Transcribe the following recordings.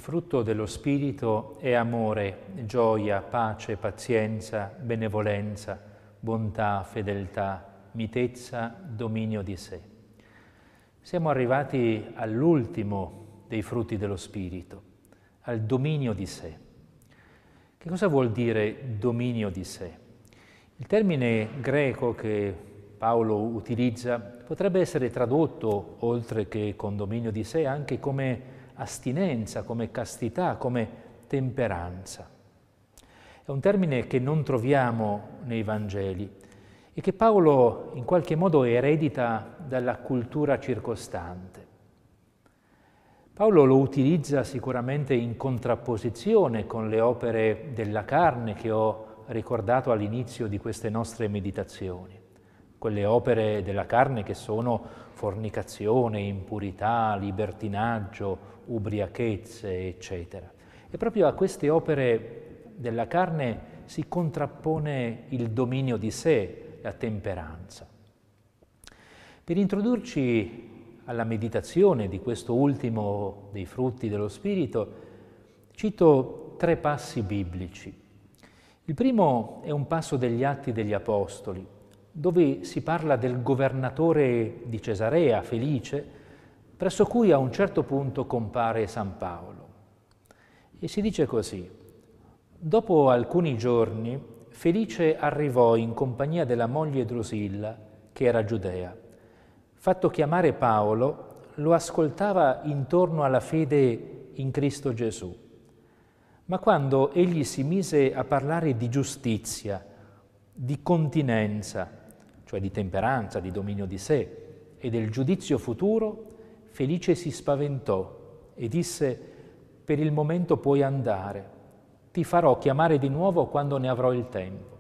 frutto dello Spirito è amore, gioia, pace, pazienza, benevolenza, bontà, fedeltà, mitezza, dominio di sé. Siamo arrivati all'ultimo dei frutti dello Spirito, al dominio di sé. Che cosa vuol dire dominio di sé? Il termine greco che Paolo utilizza potrebbe essere tradotto, oltre che con dominio di sé, anche come astinenza, come castità, come temperanza. È un termine che non troviamo nei Vangeli e che Paolo in qualche modo eredita dalla cultura circostante. Paolo lo utilizza sicuramente in contrapposizione con le opere della carne che ho ricordato all'inizio di queste nostre meditazioni. Quelle opere della carne che sono fornicazione, impurità, libertinaggio, ubriachezze, eccetera. E proprio a queste opere della carne si contrappone il dominio di sé, la temperanza. Per introdurci alla meditazione di questo ultimo dei frutti dello Spirito, cito 3 passi biblici. Il primo è un passo degli Atti degli Apostoli, dove si parla del governatore di Cesarea, Felice, presso cui a un certo punto compare San Paolo. E si dice così: dopo alcuni giorni Felice arrivò in compagnia della moglie Drusilla, che era giudea. Fatto chiamare Paolo, lo ascoltava intorno alla fede in Cristo Gesù. Ma quando egli si mise a parlare di giustizia, di continenza, cioè di temperanza, di dominio di sé, e del giudizio futuro, Felice si spaventò e disse: per il momento puoi andare, ti farò chiamare di nuovo quando ne avrò il tempo.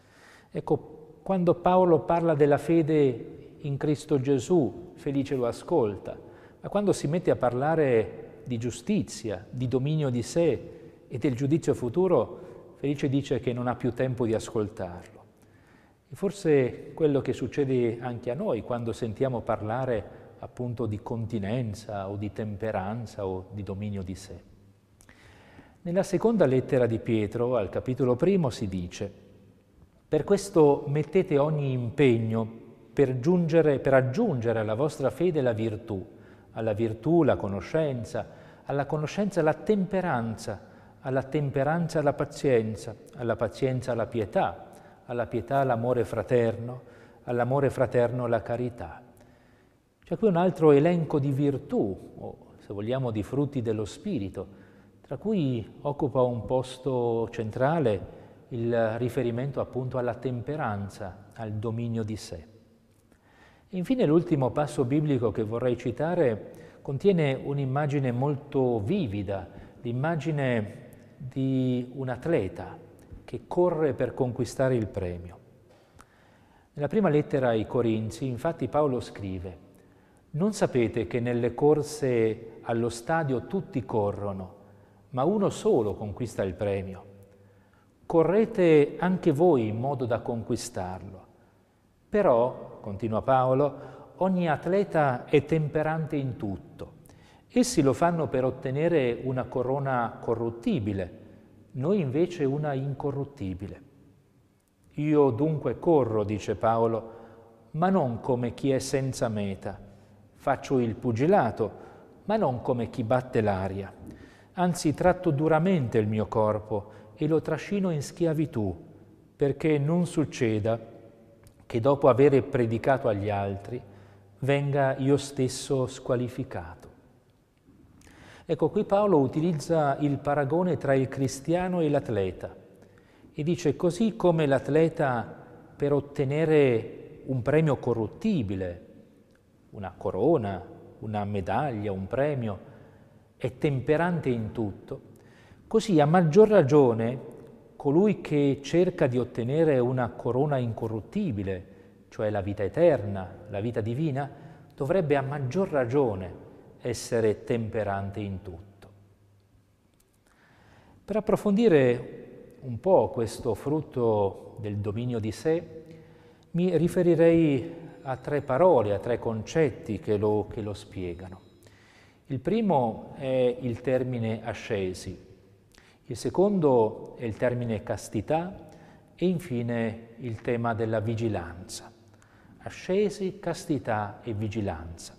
Ecco, quando Paolo parla della fede in Cristo Gesù, Felice lo ascolta, ma quando si mette a parlare di giustizia, di dominio di sé e del giudizio futuro, Felice dice che non ha più tempo di ascoltarlo. E forse quello che succede anche a noi quando sentiamo parlare appunto di continenza o di temperanza o di dominio di sé. Nella seconda lettera di Pietro, al capitolo 1, si dice: per questo mettete ogni impegno per aggiungere alla vostra fede la virtù, alla virtù la conoscenza, alla conoscenza la temperanza, alla temperanza la pazienza, alla pazienza la pietà, alla pietà l'amore fraterno, all'amore fraterno la carità. C'è qui un altro elenco di virtù, o se vogliamo di frutti dello Spirito, tra cui occupa un posto centrale il riferimento appunto alla temperanza, al dominio di sé. E infine l'ultimo passo biblico che vorrei citare contiene un'immagine molto vivida, l'immagine di un atleta che corre per conquistare il premio. Nella prima lettera ai Corinzi, infatti, Paolo scrive: non sapete che nelle corse allo stadio tutti corrono, ma uno solo conquista il premio. Correte anche voi in modo da conquistarlo. Però, continua Paolo, ogni atleta è temperante in tutto. Essi lo fanno per ottenere una corona corruttibile, noi invece una incorruttibile. Io dunque corro, dice Paolo, ma non come chi è senza meta. Faccio il pugilato, ma non come chi batte l'aria. Anzi, tratto duramente il mio corpo e lo trascino in schiavitù, perché non succeda che dopo avere predicato agli altri venga io stesso squalificato. Ecco, qui Paolo utilizza il paragone tra il cristiano e l'atleta e dice: così come l'atleta per ottenere un premio corruttibile, una corona, una medaglia, un premio, è temperante in tutto, così a maggior ragione colui che cerca di ottenere una corona incorruttibile, cioè la vita eterna, la vita divina, dovrebbe a maggior ragione essere temperante in tutto. Per approfondire un po' questo frutto del dominio di sé, mi riferirei a 3 parole, a 3 concetti che lo spiegano. Il primo è il termine ascesi, il secondo è il termine castità e infine il tema della vigilanza. Ascesi, castità e vigilanza.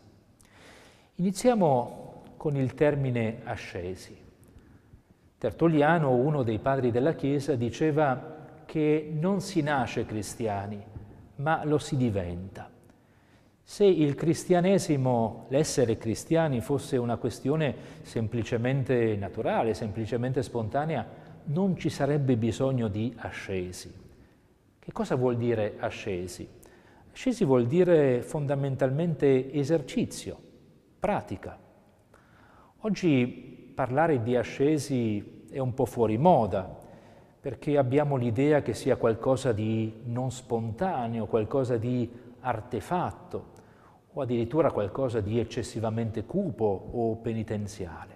Iniziamo con il termine ascesi. Tertulliano, uno dei padri della Chiesa, diceva che non si nasce cristiani, ma lo si diventa. Se il cristianesimo, l'essere cristiani, fosse una questione semplicemente naturale, semplicemente spontanea, non ci sarebbe bisogno di ascesi. Che cosa vuol dire ascesi? Ascesi vuol dire fondamentalmente esercizio, pratica. Oggi parlare di ascesi è un po' fuori moda, perché abbiamo l'idea che sia qualcosa di non spontaneo, qualcosa di artefatto, o addirittura qualcosa di eccessivamente cupo o penitenziale.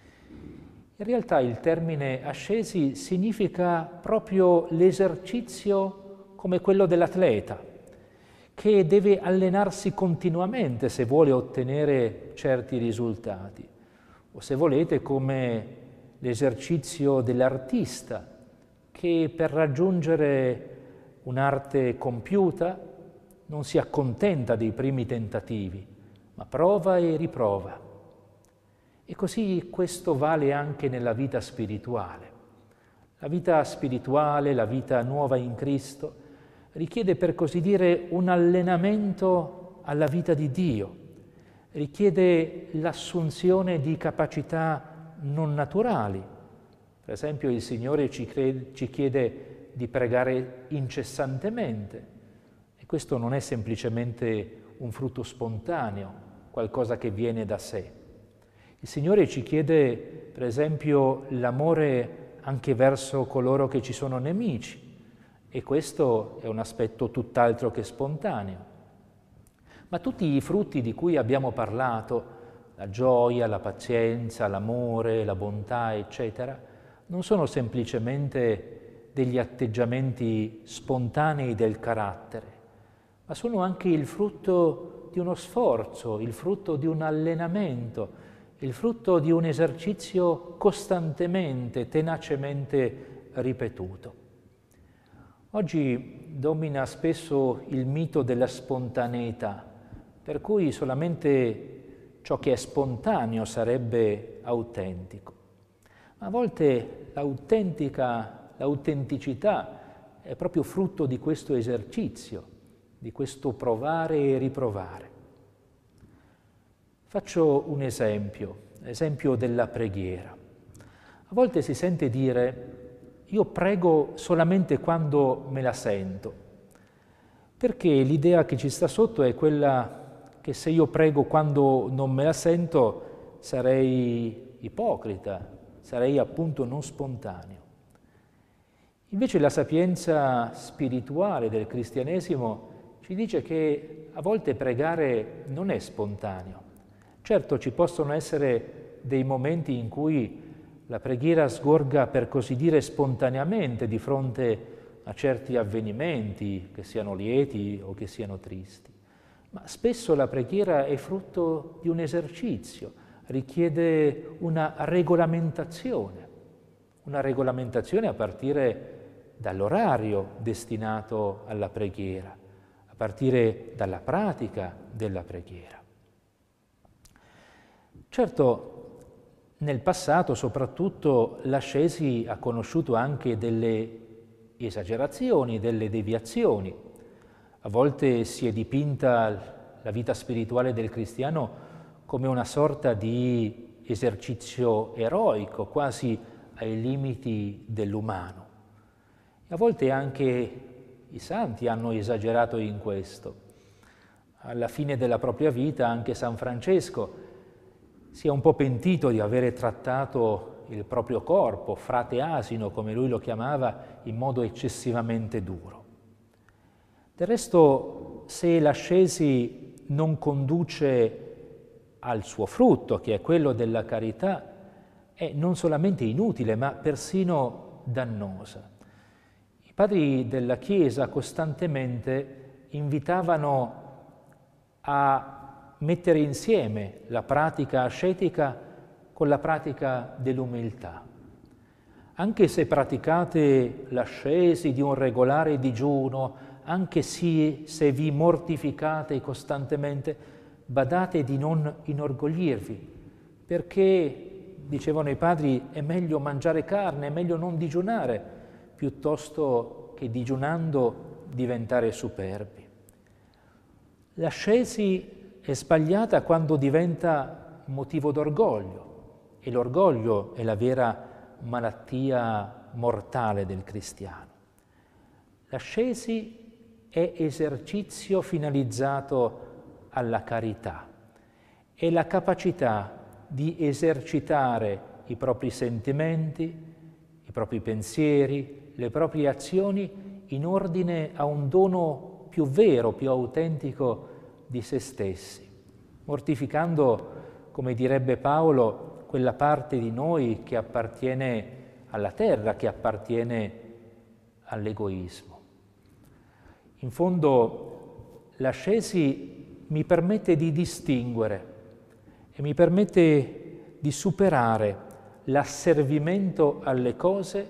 In realtà il termine ascesi significa proprio l'esercizio come quello dell'atleta, che deve allenarsi continuamente se vuole ottenere certi risultati, o se volete come l'esercizio dell'artista, che per raggiungere un'arte compiuta non si accontenta dei primi tentativi, ma prova e riprova. E così questo vale anche nella vita spirituale. La vita spirituale, la vita nuova in Cristo, richiede per così dire un allenamento alla vita di Dio, richiede l'assunzione di capacità non naturali. Per esempio il Signore ci chiede di pregare incessantemente, e questo non è semplicemente un frutto spontaneo, qualcosa che viene da sé. Il Signore ci chiede, per esempio, l'amore anche verso coloro che ci sono nemici, e questo è un aspetto tutt'altro che spontaneo. Ma tutti i frutti di cui abbiamo parlato, la gioia, la pazienza, l'amore, la bontà, eccetera, non sono semplicemente degli atteggiamenti spontanei del carattere, ma sono anche il frutto di uno sforzo, il frutto di un allenamento, il frutto di un esercizio costantemente, tenacemente ripetuto. Oggi domina spesso il mito della spontaneità, per cui solamente ciò che è spontaneo sarebbe autentico. Ma a volte l'autenticità è proprio frutto di questo esercizio, di questo provare e riprovare. Faccio un esempio della preghiera. A volte si sente dire: io prego solamente quando me la sento, perché l'idea che ci sta sotto è quella che se io prego quando non me la sento sarei ipocrita, sarei appunto non spontaneo. Invece la sapienza spirituale del cristianesimo ci dice che a volte pregare non è spontaneo. Certo, ci possono essere dei momenti in cui la preghiera sgorga, per così dire, spontaneamente di fronte a certi avvenimenti, che siano lieti o che siano tristi. Ma spesso la preghiera è frutto di un esercizio, richiede una regolamentazione a partire dall'orario destinato alla preghiera, a partire dalla pratica della preghiera. Certo, nel passato soprattutto l'ascesi ha conosciuto anche delle esagerazioni, delle deviazioni. A volte si è dipinta la vita spirituale del cristiano come una sorta di esercizio eroico, quasi ai limiti dell'umano. E a volte anche i santi hanno esagerato in questo. Alla fine della propria vita anche San Francesco si è un po' pentito di avere trattato il proprio corpo, frate asino, come lui lo chiamava, in modo eccessivamente duro. Del resto, se l'ascesi non conduce al suo frutto, che è quello della carità, è non solamente inutile, ma persino dannosa. I padri della Chiesa costantemente invitavano a mettere insieme la pratica ascetica con la pratica dell'umiltà. Anche se praticate l'ascesi di un regolare digiuno, anche se vi mortificate costantemente, badate di non inorgoglirvi, perché, dicevano i padri, è meglio mangiare carne, è meglio non digiunare, piuttosto che digiunando diventare superbi. L'ascesi è sbagliata quando diventa motivo d'orgoglio, e l'orgoglio è la vera malattia mortale del cristiano. L'ascesi è esercizio finalizzato alla carità, è la capacità di esercitare i propri sentimenti, i propri pensieri, le proprie azioni in ordine a un dono più vero, più autentico di se stessi, mortificando, come direbbe Paolo, quella parte di noi che appartiene alla terra, che appartiene all'egoismo. In fondo, l'ascesi mi permette di distinguere e mi permette di superare l'asservimento alle cose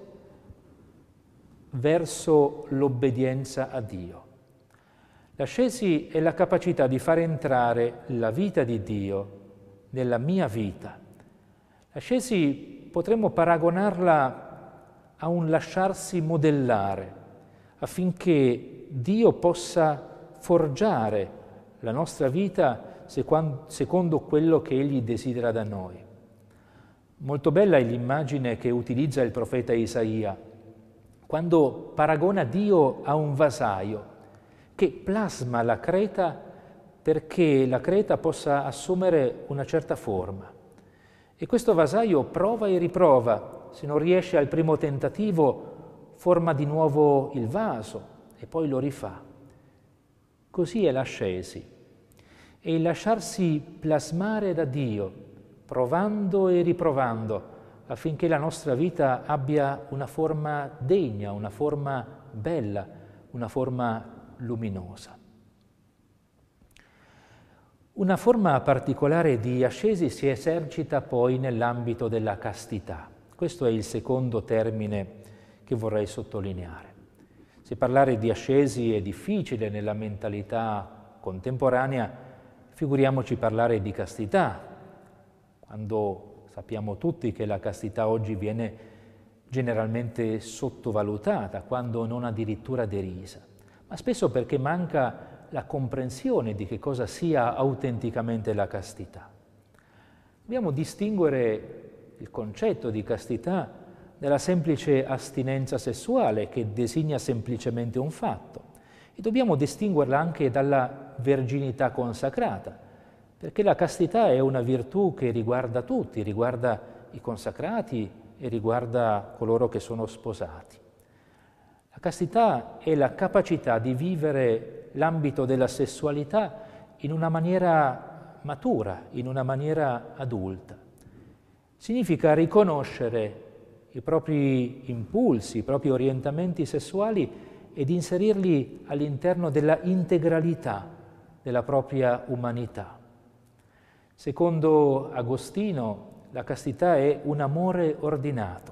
verso l'obbedienza a Dio. L'ascesi è la capacità di far entrare la vita di Dio nella mia vita. L'ascesi potremmo paragonarla a un lasciarsi modellare affinché Dio possa forgiare la nostra vita secondo quello che Egli desidera da noi. Molto bella è l'immagine che utilizza il profeta Isaia, quando paragona Dio a un vasaio che plasma la creta perché la creta possa assumere una certa forma. E questo vasaio prova e riprova, se non riesce al primo tentativo forma di nuovo il vaso e poi lo rifà. Così è l'ascesi, è il lasciarsi plasmare da Dio, provando e riprovando, affinché la nostra vita abbia una forma degna, una forma bella, una forma luminosa. Una forma particolare di ascesi si esercita poi nell'ambito della castità. Questo è il secondo termine che vorrei sottolineare. Se parlare di ascesi è difficile nella mentalità contemporanea, figuriamoci parlare di castità, quando sappiamo tutti che la castità oggi viene generalmente sottovalutata, quando non addirittura derisa, ma spesso perché manca la comprensione di che cosa sia autenticamente la castità. Dobbiamo distinguere il concetto di castità dalla semplice astinenza sessuale che designa semplicemente un fatto e dobbiamo distinguerla anche dalla verginità consacrata, perché la castità è una virtù che riguarda tutti, riguarda i consacrati e riguarda coloro che sono sposati. La castità è la capacità di vivere l'ambito della sessualità in una maniera matura, in una maniera adulta. Significa riconoscere i propri impulsi, i propri orientamenti sessuali ed inserirli all'interno della integralità della propria umanità. Secondo Agostino, la castità è un amore ordinato.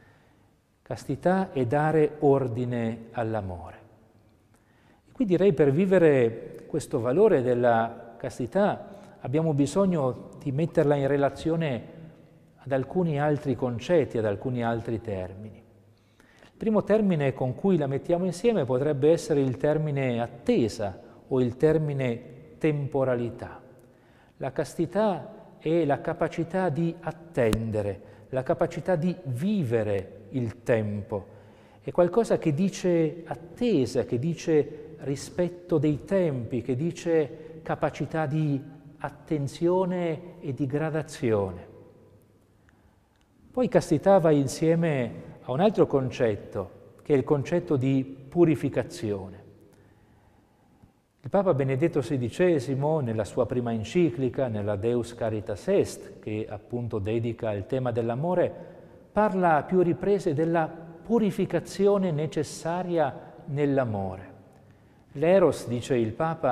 Castità è dare ordine all'amore. E qui direi per vivere questo valore della castità abbiamo bisogno di metterla in relazione ad alcuni altri concetti, ad alcuni altri termini. Il primo termine con cui la mettiamo insieme potrebbe essere il termine attesa o il termine temporalità. La castità è la capacità di attendere, la capacità di vivere il tempo. È qualcosa che dice attesa, che dice rispetto dei tempi, che dice capacità di attenzione e di gradazione. Poi castità va insieme a un altro concetto, che è il concetto di purificazione. Il Papa Benedetto XVI, nella sua prima enciclica, nella Deus Caritas Est, che appunto dedica il tema dell'amore, parla a più riprese della purificazione necessaria nell'amore. L'eros, dice il Papa,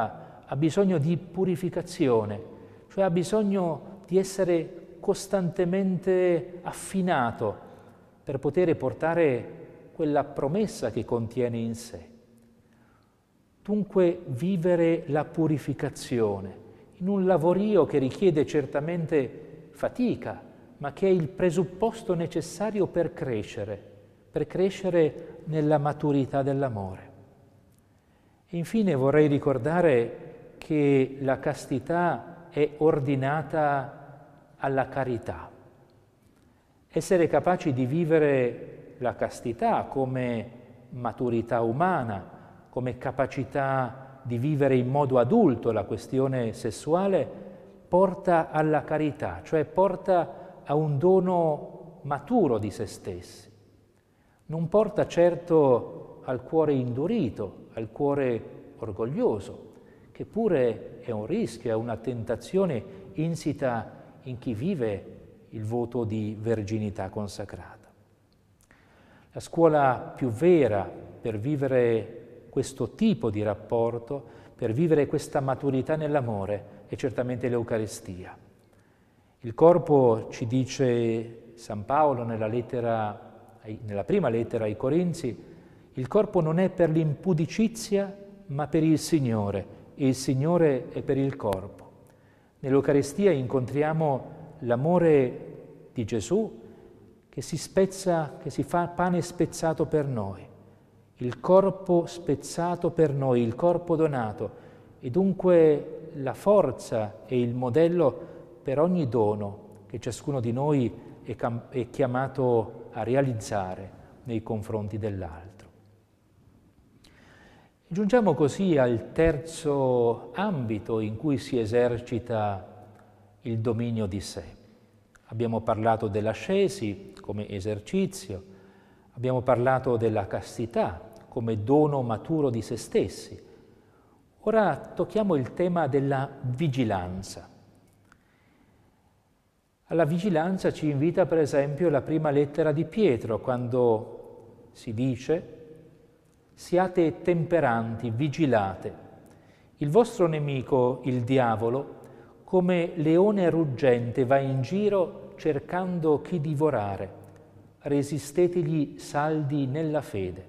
ha bisogno di purificazione, cioè ha bisogno di essere costantemente affinato per poter portare quella promessa che contiene in sé. Dunque vivere la purificazione in un lavorio che richiede certamente fatica, ma che è il presupposto necessario per crescere nella maturità dell'amore. E infine vorrei ricordare che la castità è ordinata alla carità. Essere capaci di vivere la castità come maturità umana, come capacità di vivere in modo adulto la questione sessuale, porta alla carità, cioè porta a un dono maturo di se stessi. Non porta certo al cuore indurito, al cuore orgoglioso, che pure è un rischio, è una tentazione insita in chi vive il voto di verginità consacrata. La scuola più vera per vivere questo tipo di rapporto, per vivere questa maturità nell'amore, è certamente l'Eucaristia. Il corpo, ci dice San Paolo nella prima lettera ai Corinzi, il corpo non è per l'impudicizia, ma per il Signore, e il Signore è per il corpo. Nell'Eucaristia incontriamo l'amore di Gesù che si spezza, che si fa pane spezzato per noi, il corpo spezzato per noi, il corpo donato, e dunque la forza e il modello per ogni dono che ciascuno di noi è chiamato a realizzare nei confronti dell'altro. Giungiamo così al terzo ambito in cui si esercita il dominio di sé. Abbiamo parlato dell'ascesi come esercizio, abbiamo parlato della castità come dono maturo di se stessi. Ora tocchiamo il tema della vigilanza. Alla vigilanza ci invita per esempio la prima lettera di Pietro, quando si dice: siate temperanti, vigilate. Il vostro nemico, il diavolo, come leone ruggente va in giro cercando chi divorare. Resistetegli saldi nella fede.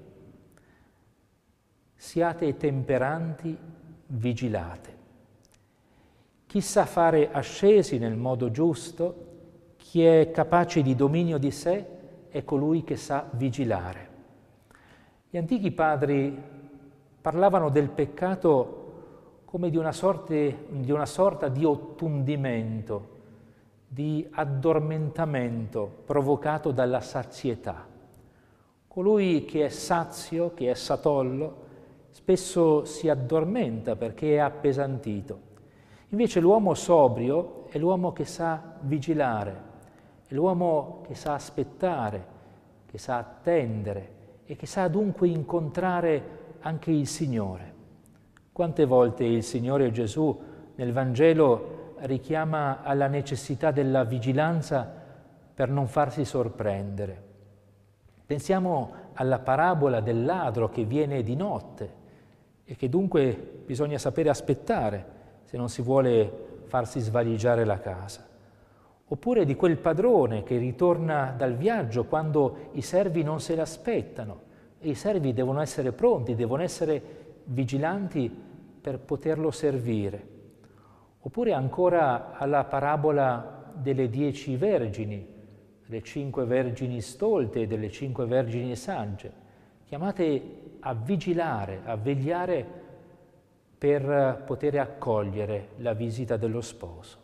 Siate temperanti, vigilate. Chi sa fare ascesi nel modo giusto, chi è capace di dominio di sé, è colui che sa vigilare. Gli antichi padri parlavano del peccato come di una sorta di ottundimento, di addormentamento provocato dalla sazietà. Colui che è sazio, che è satollo, spesso si addormenta perché è appesantito. Invece l'uomo sobrio è l'uomo che sa vigilare, è l'uomo che sa aspettare, che sa attendere e che sa dunque incontrare anche il Signore. Quante volte il Signore Gesù nel Vangelo richiama alla necessità della vigilanza per non farsi sorprendere. Pensiamo alla parabola del ladro che viene di notte e che dunque bisogna sapere aspettare se non si vuole farsi svaligiare la casa. Oppure di quel padrone che ritorna dal viaggio quando i servi non se l'aspettano e i servi devono essere pronti, devono essere vigilanti per poterlo servire. Oppure ancora alla parabola delle 10 vergini, delle 5 vergini stolte e delle 5 vergini sagge, chiamate a vigilare, a vegliare per poter accogliere la visita dello sposo.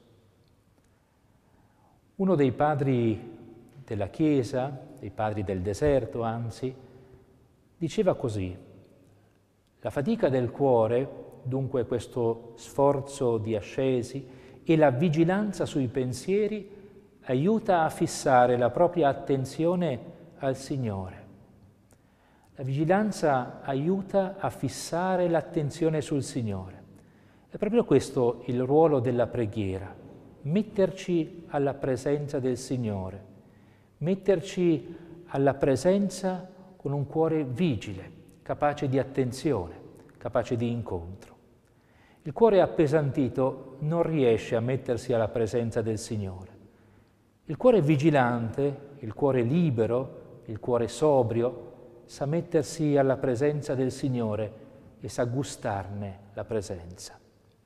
Uno dei padri della Chiesa, dei padri del deserto anzi, diceva così: la fatica del cuore, dunque questo sforzo di ascesi, e la vigilanza sui pensieri aiuta a fissare la propria attenzione al Signore. La vigilanza aiuta a fissare l'attenzione sul Signore. È proprio questo il ruolo della preghiera: metterci alla presenza del Signore, metterci alla presenza con un cuore vigile, capace di attenzione, capace di incontro. Il cuore appesantito non riesce a mettersi alla presenza del Signore. Il cuore vigilante, il cuore libero, il cuore sobrio, sa mettersi alla presenza del Signore e sa gustarne la presenza.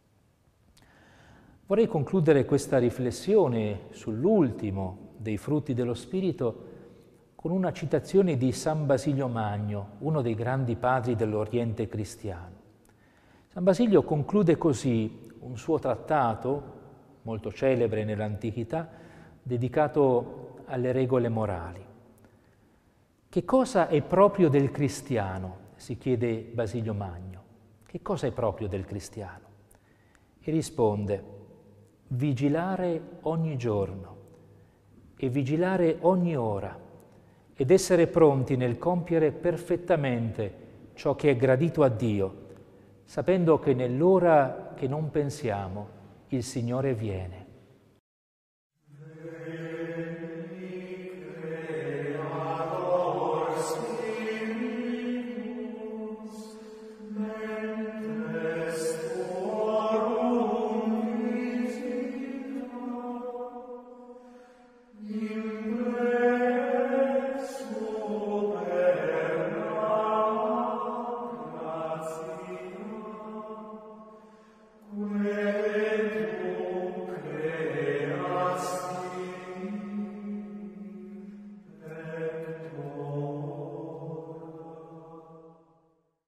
Vorrei concludere questa riflessione sull'ultimo dei frutti dello Spirito con una citazione di San Basilio Magno, uno dei grandi padri dell'Oriente cristiano. San Basilio conclude così un suo trattato, molto celebre nell'antichità, dedicato alle regole morali. Che cosa è proprio del cristiano? Si chiede Basilio Magno. Che cosa è proprio del cristiano? E risponde: vigilare ogni giorno e vigilare ogni ora ed essere pronti nel compiere perfettamente ciò che è gradito a Dio, sapendo che nell'ora che non pensiamo il Signore viene.